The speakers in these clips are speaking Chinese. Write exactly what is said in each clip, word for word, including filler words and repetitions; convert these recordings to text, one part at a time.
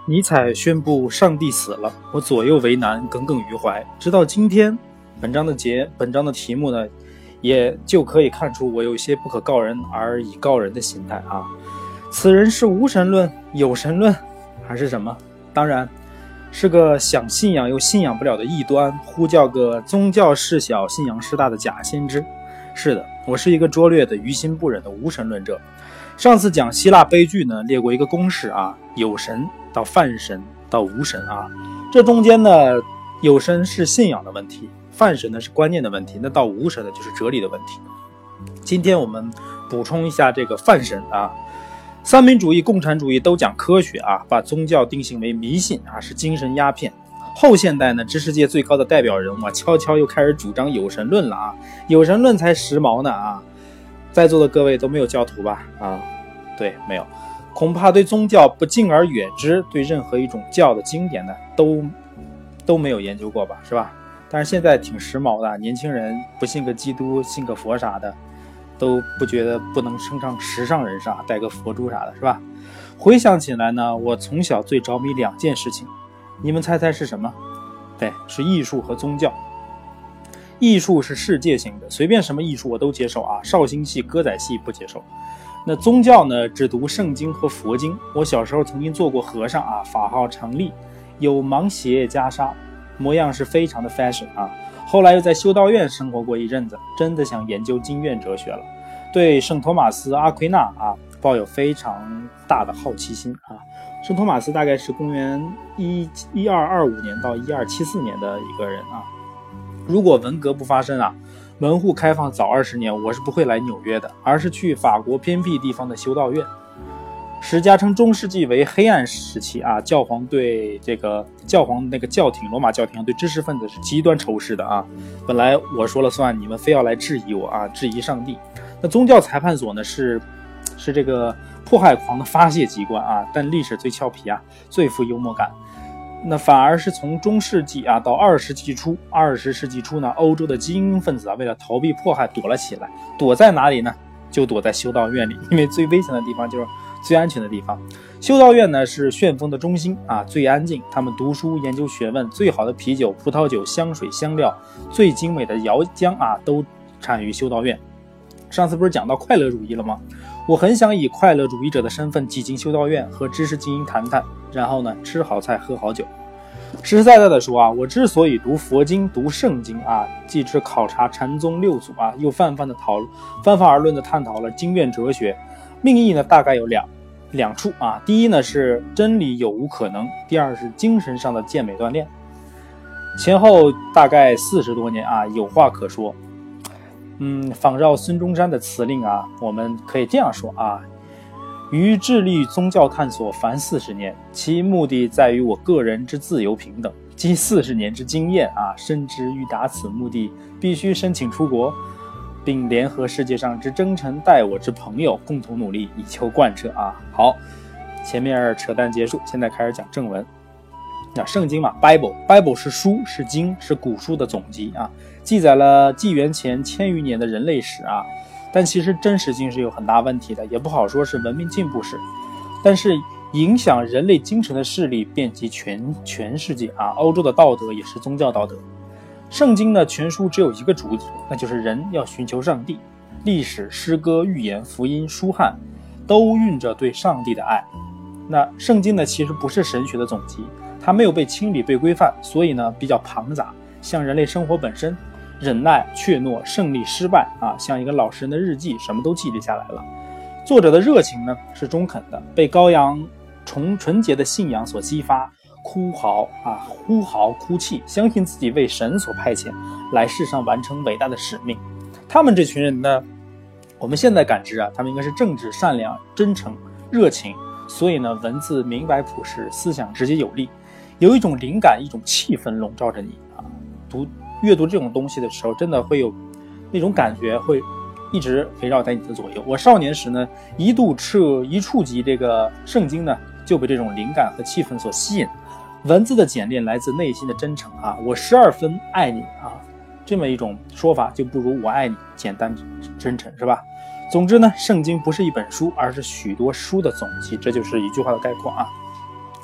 尼采宣布上帝死了，我左右为难，耿耿于怀。直到今天，本章的节，本章的题目呢，也就可以看出我有一些不可告人而以告人的心态啊。此人是无神论、有神论，还是什么？当然，是个想信仰又信仰不了的异端，呼叫个宗教事小、信仰事大的假先知。是的，我是一个拙劣的、于心不忍的无神论者。上次讲希腊悲剧呢，列过一个公式啊，有神到泛神到无神啊，这中间呢，有神是信仰的问题，泛神呢是观念的问题，那到无神呢就是哲理的问题。今天我们补充一下这个泛神啊，三民主义、共产主义都讲科学啊，把宗教定性为迷信啊，是精神鸦片。后现代呢，知识界最高的代表人物啊，悄悄又开始主张有神论了啊，有神论才时髦呢啊。在座的各位都没有教徒吧？啊，对，没有，恐怕对宗教不敬而远之，对任何一种教的经典呢，都都没有研究过吧，是吧？但是现在挺时髦的，年轻人不信个基督，信个佛啥的，都不觉得不能升上时尚人上，带个佛珠啥的，是吧？回想起来呢，我从小最着迷两件事情，你们猜猜是什么？对，是艺术和宗教。艺术是世界性的，随便什么艺术我都接受啊，绍兴戏、歌仔戏不接受。那宗教呢，只读圣经和佛经。我小时候曾经做过和尚啊，法号常立，有芒鞋袈裟，模样是非常的 fashion 啊。后来又在修道院生活过一阵子，真的想研究经院哲学了，对圣托马斯、阿奎那啊抱有非常大的好奇心啊。圣托马斯大概是公元一二二五年到一二七四年的一个人啊。如果文革不发生啊，门户开放早二十年，我是不会来纽约的，而是去法国偏僻地方的修道院。史家称中世纪为黑暗时期啊，教皇对这个教皇那个教廷，罗马教廷对知识分子是极端仇视的啊。本来我说了算，你们非要来质疑我啊，质疑上帝。那宗教裁判所呢，是是这个迫害狂的发泄机关啊，但历史最俏皮啊，最富幽默感。那反而是从中世纪啊到二十世纪初，二十世纪初呢，欧洲的精英分子啊，为了逃避迫害躲了起来，躲在哪里呢？就躲在修道院里，因为最危险的地方就是最安全的地方。修道院呢是旋风的中心啊，最安静，他们读书研究学问，最好的啤酒、葡萄酒、香水、香料，最精美的窑浆啊，都产于修道院。上次不是讲到快乐主义了吗？我很想以快乐主义者的身份挤进修道院，和知识精英谈谈，然后呢吃好菜喝好酒。实实在在的说啊，我之所以读佛经、读圣经啊，既之考察禅宗六祖啊，又泛泛的讨泛泛而论的探讨了经院哲学，命意呢大概有两两处啊。第一呢是真理有无可能，第二是精神上的健美锻炼。前后大概四十多年啊，有话可说。嗯，仿照孙中山的辞令啊，我们可以这样说啊：于致力宗教探索凡四十年，其目的在于我个人之自由平等，积四十年之经验啊，深知欲达此目的，必须申请出国，并联合世界上之真诚待我之朋友，共同努力以求贯彻啊。好，前面扯淡结束，现在开始讲正文。那圣经嘛 ，Bible，Bible Bible 是书，是经，是古书的总集啊，记载了纪元前千余年的人类史啊。但其实真实性是有很大问题的，也不好说是文明进步史。但是影响人类精神的势力遍及全全世界啊，欧洲的道德也是宗教道德。圣经呢，全书只有一个主旨，那就是人要寻求上帝。历史、诗歌、寓言、福音、书汉，都蕴着对上帝的爱。那圣经呢，其实不是神学的总集。它没有被清理、被规范，所以呢比较庞杂，像人类生活本身，忍耐、怯懦、胜利、失败啊，像一个老实人的日记，什么都记录下来了。作者的热情呢是中肯的，被羔羊纯纯洁的信仰所激发，哭嚎啊，呼嚎哭泣，相信自己为神所派遣，来世上完成伟大的使命。他们这群人呢，我们现在感知啊，他们应该是正直、善良、真诚、热情，所以呢文字明白朴实，思想直接有力。有一种灵感，一种气氛笼罩着你啊！读阅读这种东西的时候，真的会有那种感觉，会一直围绕在你的左右。我少年时呢，一度触一触及这个圣经呢，就被这种灵感和气氛所吸引。文字的简练来自内心的真诚啊！我十二分爱你啊！这么一种说法，就不如我爱你简单真诚，是吧？总之呢，圣经不是一本书，而是许多书的总集，这就是一句话的概括啊。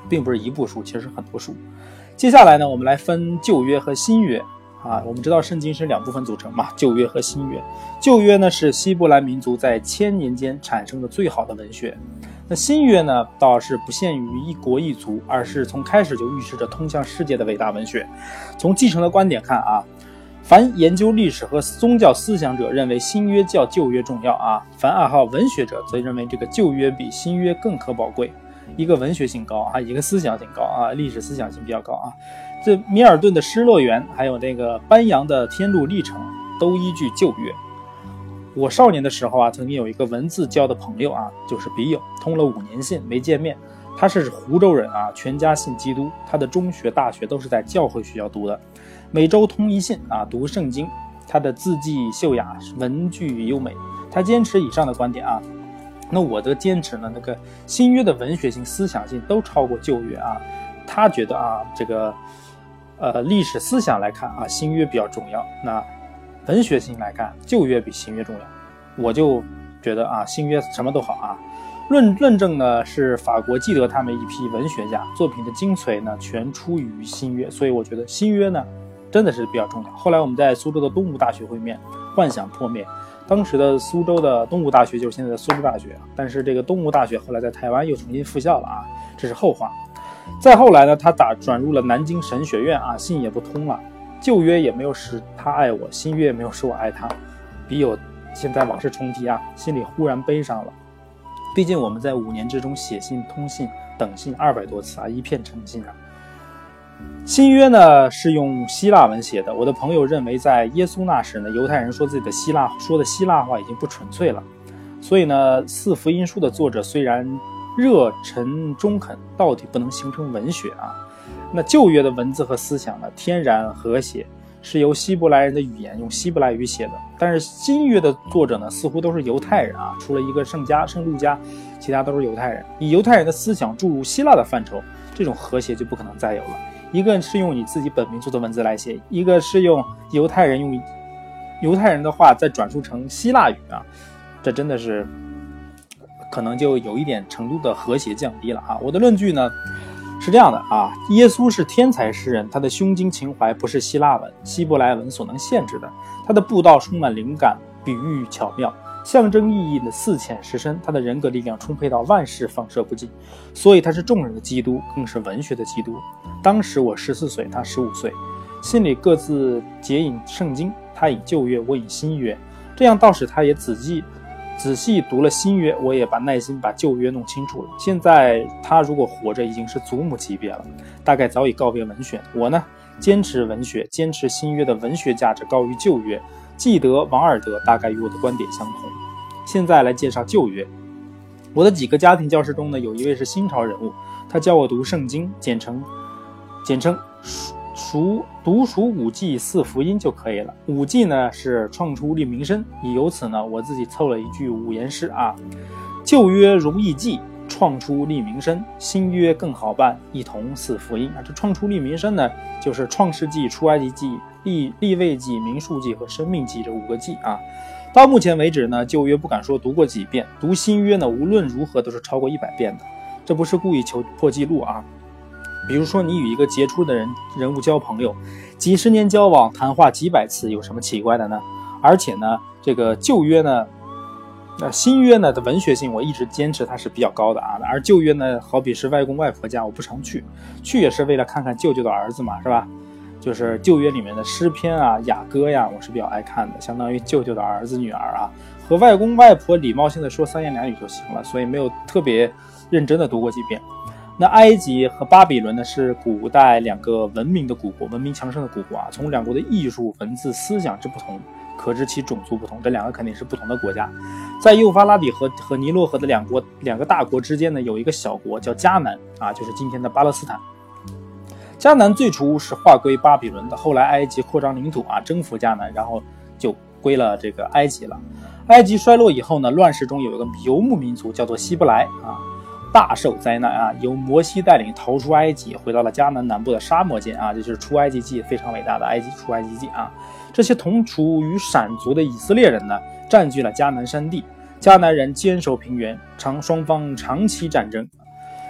并不是一部书，其实是很多书。接下来呢，我们来分旧约和新约啊。我们知道圣经是两部分组成嘛，旧约和新约。旧约呢是希伯来民族在千年间产生的最好的文学。那新约呢，倒是不限于一国一族，而是从开始就预示着通向世界的伟大文学。从继承的观点看啊，凡研究历史和宗教思想者认为新约较旧约重要啊，凡爱好文学者则认为这个旧约比新约更可宝贵。一个文学性高啊，一个思想性高啊，历史思想性比较高啊。这米尔顿的《失乐园》还有那个班扬的《天路历程》都依据旧约。我少年的时候啊，曾经有一个文字交的朋友啊，就是笔友，通了五年信没见面。他是湖州人啊，全家信基督，他的中学大学都是在教会学校读的，每周通一信啊，读圣经。他的字迹秀雅，文句优美，他坚持以上的观点啊。那我的坚持呢，那个新约的文学性思想性都超过旧约啊。他觉得啊，这个呃历史思想来看啊，新约比较重要，那文学性来看旧约比新约重要。我就觉得啊，新约什么都好啊。论论证呢是法国基德他们一批文学家作品的精髓呢全出于新约，所以我觉得新约呢真的是比较重要。后来我们在苏州的东吴大学会面，幻想破灭。当时的苏州的东吴大学就是现在的苏州大学，但是这个东吴大学后来在台湾又重新复校了啊，这是后话。再后来呢，他打转入了南京神学院啊，信也不通了，旧约也没有使他爱我，新约也没有使我爱他。笔友现在往事重提啊，心里忽然悲伤了。毕竟我们在五年之中写信、通信、等信二百多次啊，一片诚信啊。新约呢是用希腊文写的，我的朋友认为在耶稣那时呢，犹太人说自己的希腊说的希腊话已经不纯粹了，所以呢四福音书的作者虽然热忱中肯，到底不能形成文学啊。那旧约的文字和思想呢天然和谐，是由希伯来人的语言用希伯来语写的，但是新约的作者呢似乎都是犹太人啊，除了一个圣家圣路加，其他都是犹太人，以犹太人的思想注入希腊的范畴，这种和谐就不可能再有了。一个是用你自己本民族的文字来写，一个是用犹太人用犹太人的话再转述成希腊语啊，这真的是可能就有一点程度的和谐降低了啊。我的论据呢是这样的啊，耶稣是天才诗人，他的胸襟情怀不是希腊文、希伯来文所能限制的，他的布道充满灵感，比喻巧妙，象征意义的似浅实深，他的人格力量充沛到万事放射不尽，所以他是众人的基督，更是文学的基督。当时我十四岁，他十五岁，心里各自结引圣经，他引旧约，我引新约，这样倒使他也仔细仔细读了新约，我也把耐心把旧约弄清楚了。现在他如果活着，已经是祖母级别了，大概早已告别文学。我呢，坚持文学，坚持新约的文学价值高于旧约。纪德、王尔德大概与我的观点相同。现在来介绍旧约。我的几个家庭教师中呢，有一位是新潮人物，他教我读圣经，简称简称熟读熟五纪四福音就可以了。五纪呢是创出立名声，也由此呢我自己凑了一句五言诗啊：旧约容易记，创出立名声；新约更好办，一同四福音啊。这创出立名声呢，就是创世纪、出埃及记、立立位记、民数记和生命记这五个记啊。到目前为止呢，旧约不敢说读过几遍，读新约呢无论如何都是超过一百遍的。这不是故意求破纪录啊。比如说你与一个杰出的人人物交朋友，几十年交往，谈话几百次，有什么奇怪的呢？而且呢，这个旧约呢，那新约呢的文学性我一直坚持它是比较高的啊，而旧约呢，好比是外公外婆家，我不常去，去也是为了看看舅舅的儿子嘛，是吧？就是旧约里面的诗篇啊、雅歌呀，我是比较爱看的，相当于舅舅的儿子女儿啊，和外公外婆礼貌性的说三言两语就行了，所以没有特别认真的读过几遍。那埃及和巴比伦呢是古代两个文明的古国，文明强盛的古国啊，从两国的艺术、文字、思想之不同，可知其种族不同，这两个肯定是不同的国家。在幼发拉底河和尼罗河的两国两个大国之间呢，有一个小国叫迦南啊，就是今天的巴勒斯坦。迦南最初是划归巴比伦的，后来埃及扩张领土啊，征服迦南，然后就归了这个埃及了。埃及衰落以后呢，乱世中有一个游牧民族叫做希伯来啊，大受灾难啊，由摩西带领逃出埃及，回到了迦南南部的沙漠间啊，这就是出埃及记非常伟大的埃及出埃及记啊。这些同处于闪族的以色列人呢，占据了迦南山地，迦南人坚守平原，长双方长期战争。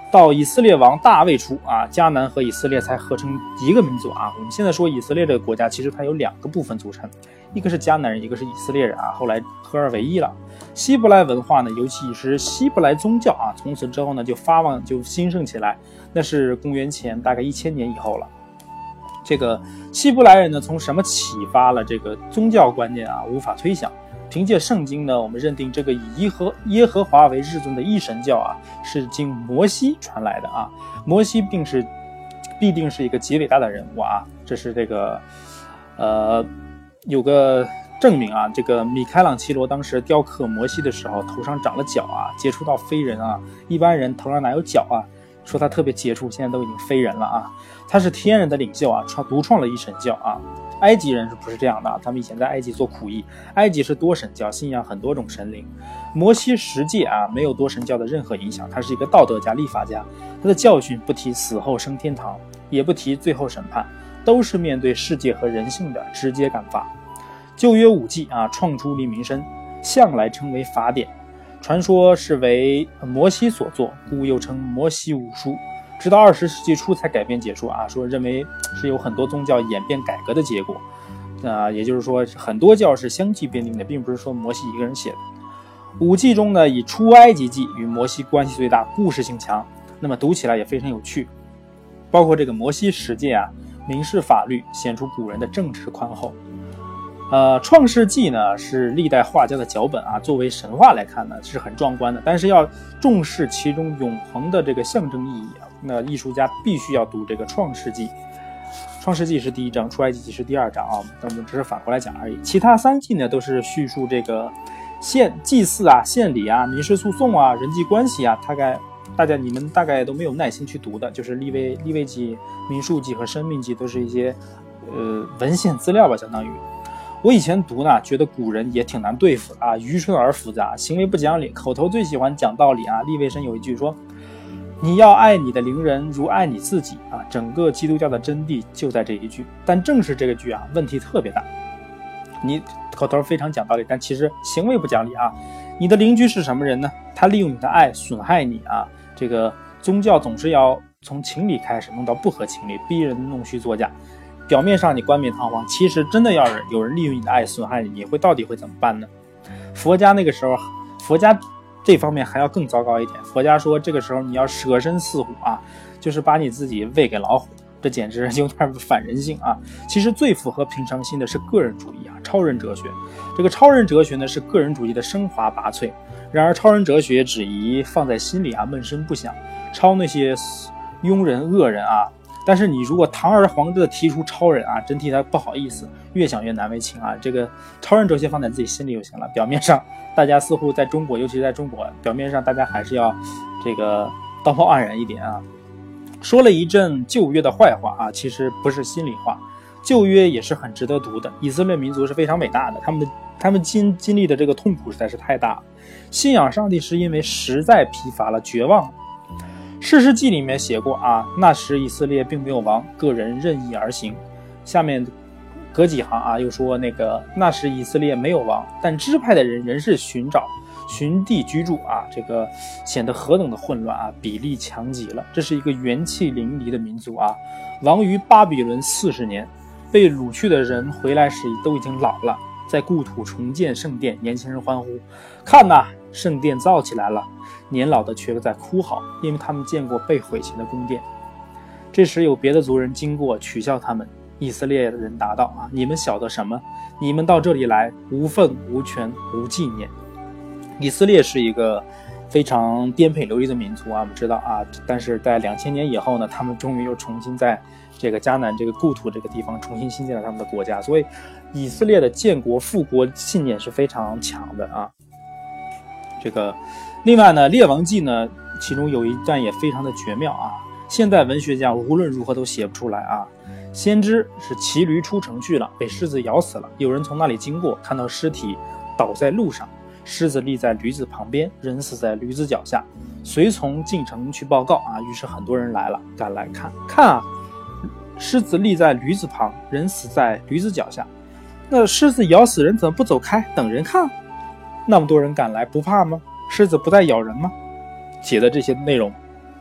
到以色列王大卫初啊，迦南和以色列才合成一个民族啊。我们现在说以色列这个国家，其实它有两个部分组成，一个是迦南人，一个是以色列人啊。后来合二为一了。希伯来文化呢，尤其是希伯来宗教啊，从此之后呢就发旺就兴盛起来，那是公元前大概一千年以后了。这个希伯来人呢，从什么启发了这个宗教观念啊，无法推想。凭借圣经呢，我们认定这个以耶和耶和华为至尊的一神教啊，是经摩西传来的啊。摩西定是必定是一个极伟大的人物啊，这是这个呃有个证明啊。这个米开朗基罗当时雕刻摩西的时候，头上长了角啊，接触到非人啊，一般人头上哪有角啊？说他特别杰出，现在都已经非人了啊。他是天人的领袖啊，创独创了一神教啊。埃及人是不是这样的啊？他们以前在埃及做苦役。埃及是多神教，信仰很多种神灵。摩西十诫啊，没有多神教的任何影响，他是一个道德家、立法家。他的教训不提死后升天堂，也不提最后审判，都是面对世界和人性的直接感发。旧约五纪啊，创出黎民生，向来称为法典，传说是为摩西所作，故又称摩西五书。直到二十世纪初才改变解说啊，说认为是有很多宗教演变改革的结果，啊，也就是说很多教是相继编定的，并不是说摩西一个人写的。五纪中呢，以出埃及记与摩西关系最大，故事性强，那么读起来也非常有趣。包括这个摩西十诫啊，明示法律，显出古人的正直宽厚。呃，创世纪呢是历代画家的脚本啊，作为神话来看呢是很壮观的，但是要重视其中永恒的这个象征意义啊，那艺术家必须要读这个创世纪。创世纪是第一章，出埃及记是第二章啊，我们只是反过来讲而已。其他三纪呢都是叙述这个献祭祀啊、献礼啊、民事诉讼啊、人际关系啊，大概大家你们大概都没有耐心去读的，就是利未利未记、民数记和生命记都是一些呃文献资料吧，相当于。我以前读呢，觉得古人也挺难对付啊，愚蠢而复杂，行为不讲理，口头最喜欢讲道理啊。利未申有一句说，你要爱你的邻人如爱你自己啊，整个基督教的真谛就在这一句。但正是这个句啊，问题特别大。你口头非常讲道理，但其实行为不讲理啊。你的邻居是什么人呢？他利用你的爱损害你啊。这个宗教总是要从情理开始弄到不合情理，逼人弄虚作假。表面上你冠冕堂皇，其实真的要有人利用你的爱损害你，你会到底会怎么办呢？佛家那个时候，佛家这方面还要更糟糕一点。佛家说这个时候你要舍身饲虎啊，就是把你自己喂给老虎，这简直有点反人性啊。其实最符合平常心的是个人主义啊，超人哲学。这个超人哲学呢是个人主义的升华拔萃，然而超人哲学只宜放在心里啊，闷声不响，超那些庸人恶人啊。但是你如果堂而皇之的提出超人啊，真替他不好意思，越想越难为情啊。这个超人哲学放在自己心里就行了，表面上大家似乎在中国，尤其是在中国，表面上大家还是要这个道貌岸然一点啊。说了一阵旧约的坏话啊，其实不是心里话。旧约也是很值得读的，以色列民族是非常伟大的，他们的他们经经历的这个痛苦实在是太大了。信仰上帝是因为实在疲乏了，绝望了。士师记里面写过啊，那时以色列并没有王，个人任意而行。下面隔几行啊，又说那个那时以色列没有王，但支派的人仍是寻找寻地居住啊，这个显得何等的混乱啊，比例强极了。这是一个元气淋漓的民族啊，亡于巴比伦四十年，被掳去的人回来时都已经老了，在故土重建圣殿，年轻人欢呼，看哪，圣殿造起来了。年老的却在哭嚎，因为他们见过被毁前的宫殿。这时有别的族人经过，取笑他们。以色列人答道啊，你们晓得什么？你们到这里来，无份无权无纪念。以色列是一个非常颠沛流离的民族啊，我们知道啊，但是在两千年以后呢，他们终于又重新在这个迦南这个故土这个地方重新新建了他们的国家，所以以色列的建国复国信念是非常强的啊。这个另外呢，列王记呢，其中有一段也非常的绝妙啊，现代文学家无论如何都写不出来啊。先知是骑驴出城去了，被狮子咬死了，有人从那里经过，看到尸体倒在路上，狮子立在驴子旁边，人死在驴子脚下，随从进城去报告啊，于是很多人来了，赶来看看啊，狮子立在驴子旁，人死在驴子脚下，那狮子咬死人怎么不走开等人看？那么多人赶来不怕吗？狮子不再咬人吗？写的这些内容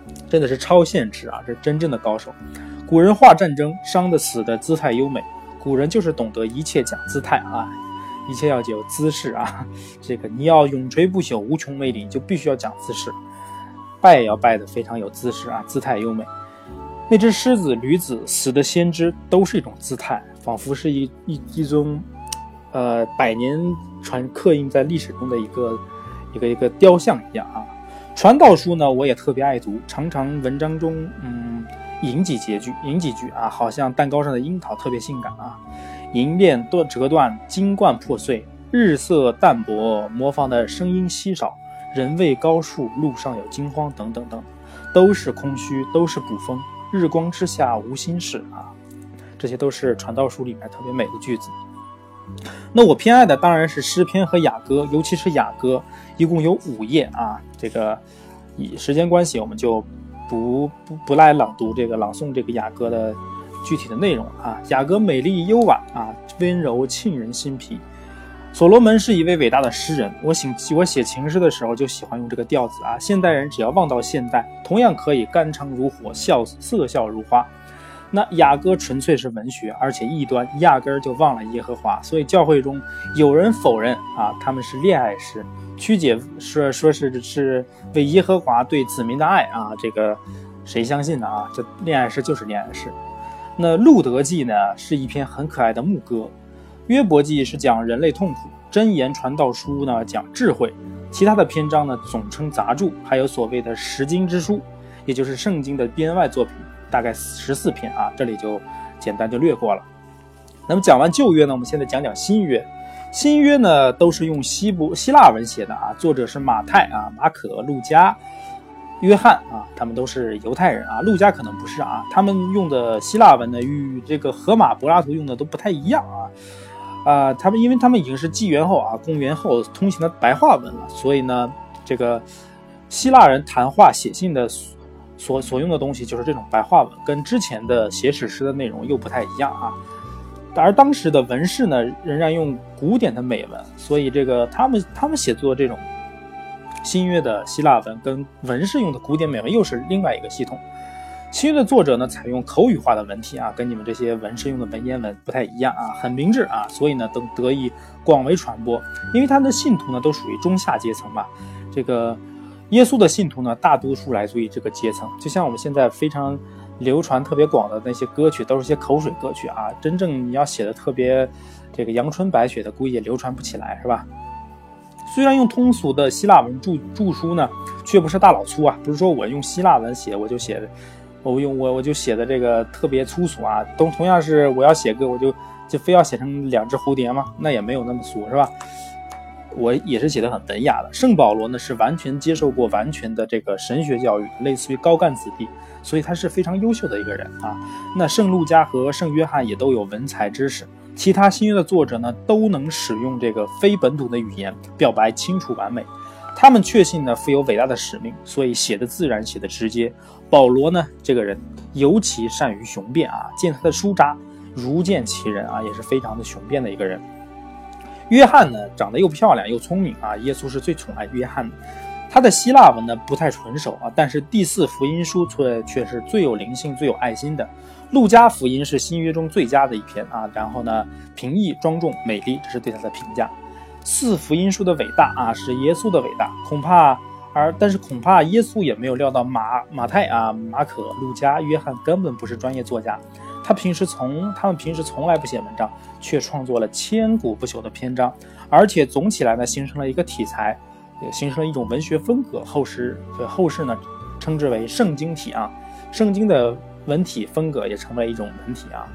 真的是超现实啊，这是真正的高手。古人画战争，伤的死的姿态优美，古人就是懂得一切讲姿态啊，一切要有姿势啊。这个你要永垂不朽、无穷魅力，就必须要讲姿势，拜也要拜得非常有姿势啊，姿态优美。那只狮子、驴子、死的先知都是一种姿态，仿佛是一一一种呃百年传刻印在历史中的一个一个一个雕像一样啊。传道书呢，我也特别爱读，常常文章中嗯引几节句，引几句啊，好像蛋糕上的樱桃，特别性感啊。银链断折断，金冠破碎，日色淡薄，模仿的声音稀少，人未高树，路上有惊慌，等等等，都是空虚，都是捕风。日光之下无心事啊，这些都是传道书里面特别美的句子。那我偏爱的当然是诗篇和雅歌，尤其是雅歌，一共有五页啊。这个以时间关系，我们就不不不来朗读这个朗诵这个雅歌的具体的内容啊。雅歌美丽幽婉啊，温柔沁人心脾。所罗门是一位伟大的诗人，我写我写情诗的时候就喜欢用这个调子啊。现代人只要望到现代，同样可以肝肠如火，笑色笑如花。那雅歌纯粹是文学，而且异端压根儿就忘了耶和华，所以教会中有人否认啊，他们是恋爱诗，曲解说说是是为耶和华对子民的爱啊，这个谁相信呢啊？这恋爱诗就是恋爱诗。那路德记呢，是一篇很可爱的牧歌。约伯记是讲人类痛苦，箴言传道书呢讲智慧，其他的篇章呢总称杂著，还有所谓的十经之书，也就是圣经的编外作品，大概十四篇啊，这里就简单就略过了。那么讲完旧约呢，我们现在讲讲新约。新约呢都是用希伯希腊文写的啊，作者是马太啊、马可、路加、约翰啊，他们都是犹太人啊，路加可能不是啊，他们用的希腊文呢与这个荷马、柏拉图用的都不太一样啊。啊、呃，他们因为他们已经是纪元后啊，公元后通行的白话文了，所以呢，这个希腊人谈话写信的所所用的东西就是这种白话文，跟之前的写史诗的内容又不太一样啊。而当时的文士呢，仍然用古典的美文，所以这个他们他们写作这种新约的希腊文跟文士用的古典美文又是另外一个系统。新约的作者呢，采用口语化的文体啊，跟你们这些文士用的文言文不太一样啊，很明智啊，所以呢，都得以广为传播。因为他们的信徒呢，都属于中下阶层嘛。这个耶稣的信徒呢，大多数来自于这个阶层。就像我们现在非常流传特别广的那些歌曲，都是些口水歌曲啊，真正你要写的特别这个阳春白雪的，估计也流传不起来，是吧？虽然用通俗的希腊文著著书呢，却不是大老粗啊，不是说我用希腊文写我就写的。我用我我就写的这个特别粗俗啊，同同样是我要写歌，我就就非要写成两只蝴蝶吗？那也没有那么俗，是吧？我也是写的很文雅的。圣保罗呢是完全接受过完全的这个神学教育，类似于高干子弟，所以他是非常优秀的一个人啊。那圣路加和圣约翰也都有文采知识，其他新约的作者呢都能使用这个非本土的语言表白清楚完美。他们确信呢，负有伟大的使命，所以写的自然，写的直接。保罗呢，这个人尤其善于雄辩啊，见他的书札如见其人啊，也是非常的雄辩的一个人。约翰呢，长得又漂亮又聪明啊，耶稣是最宠爱约翰的。他的希腊文呢不太纯熟啊，但是第四福音书却却是最有灵性、最有爱心的。路加福音是新约中最佳的一篇啊，然后呢，平易、庄重、美丽，这是对他的评价。四福音书的伟大啊，是耶稣的伟大，恐怕而但是恐怕耶稣也没有料到马马太啊、马可、路加、约翰根本不是专业作家，他平时从他们平时从来不写文章，却创作了千古不朽的篇章，而且总起来呢，形成了一个题材，也形成了一种文学风格。后世对后世呢，称之为圣经体啊，圣经的文体风格也成为了一种文体啊。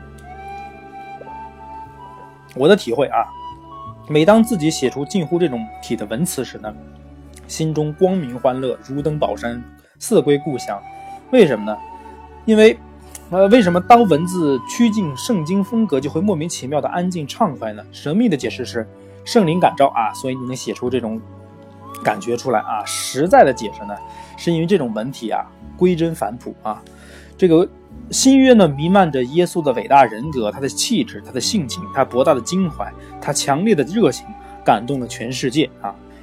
我的体会啊。每当自己写出近乎这种体的文词时呢，心中光明欢乐，如登宝山，似归故乡。为什么呢？因为，呃，为什么当文字趋近圣经风格，就会莫名其妙的安静畅快呢？神秘的解释是圣灵感召啊，所以你能写出这种感觉出来啊。实在的解释呢，是因为这种文体啊，归真返璞啊。这个新约呢，弥漫着耶稣的伟大人格，他的气质，他的性情，他博大的襟怀，他强烈的热情，感动了全世界啊！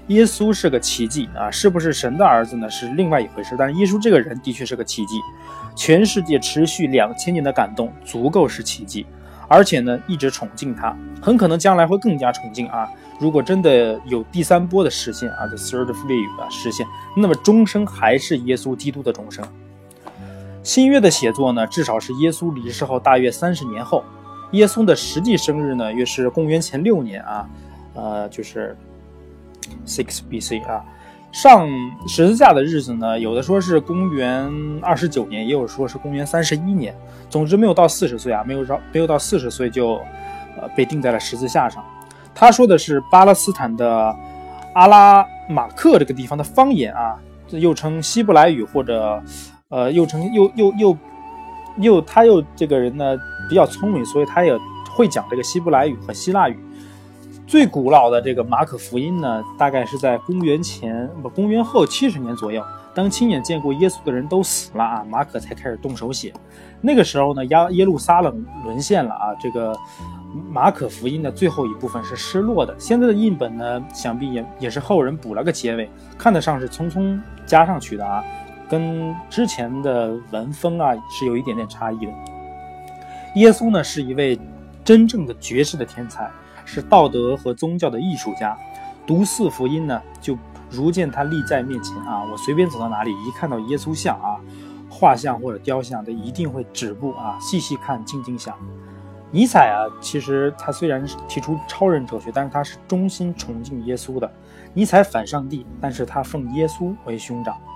耶稣是个奇迹啊，是不是神的儿子呢？是另外一回事。但是耶稣这个人的确是个奇迹，全世界持续两千年的感动足够是奇迹，而且呢一直崇敬他，很可能将来会更加崇敬啊。如果真的有第三波的实现啊 ，the third wave 啊实现，那么终生还是耶稣基督的终生。新约的写作呢，至少是耶稣离世后大约三十年后。耶稣的实际生日呢，约是公元前六年啊，呃，就是six B C 啊。上十字架的日子呢，有的说是公元二十九年，也有说是公元三十一年。总之没有到四十岁啊，没有到没有到四十岁就呃被钉在了十字架上。他说的是巴勒斯坦的阿拉马克这个地方的方言啊，又称希伯来语或者呃又称又又又又他又这个人呢比较聪明，所以他也会讲这个希伯来语和希腊语。最古老的这个马可福音呢，大概是在公元前不公元后七十年左右，当亲眼见过耶稣的人都死了啊，马可才开始动手写。那个时候呢，耶耶路撒冷沦陷了啊，这个马可福音的最后一部分是失落的。现在的印本呢，想必也也是后人补了个结尾，看得上是匆匆加上去的啊，跟之前的文风啊是有一点点差异的。耶稣呢是一位真正的绝世的天才，是道德和宗教的艺术家。读四福音呢，就如见他立在面前啊，我随便走到哪里，一看到耶稣像啊、画像或者雕像的，一定会止步啊，细细看，静静想。尼采啊，其实他虽然提出超人哲学，但是他是衷心崇敬耶稣的。尼采反上帝，但是他奉耶稣为兄长。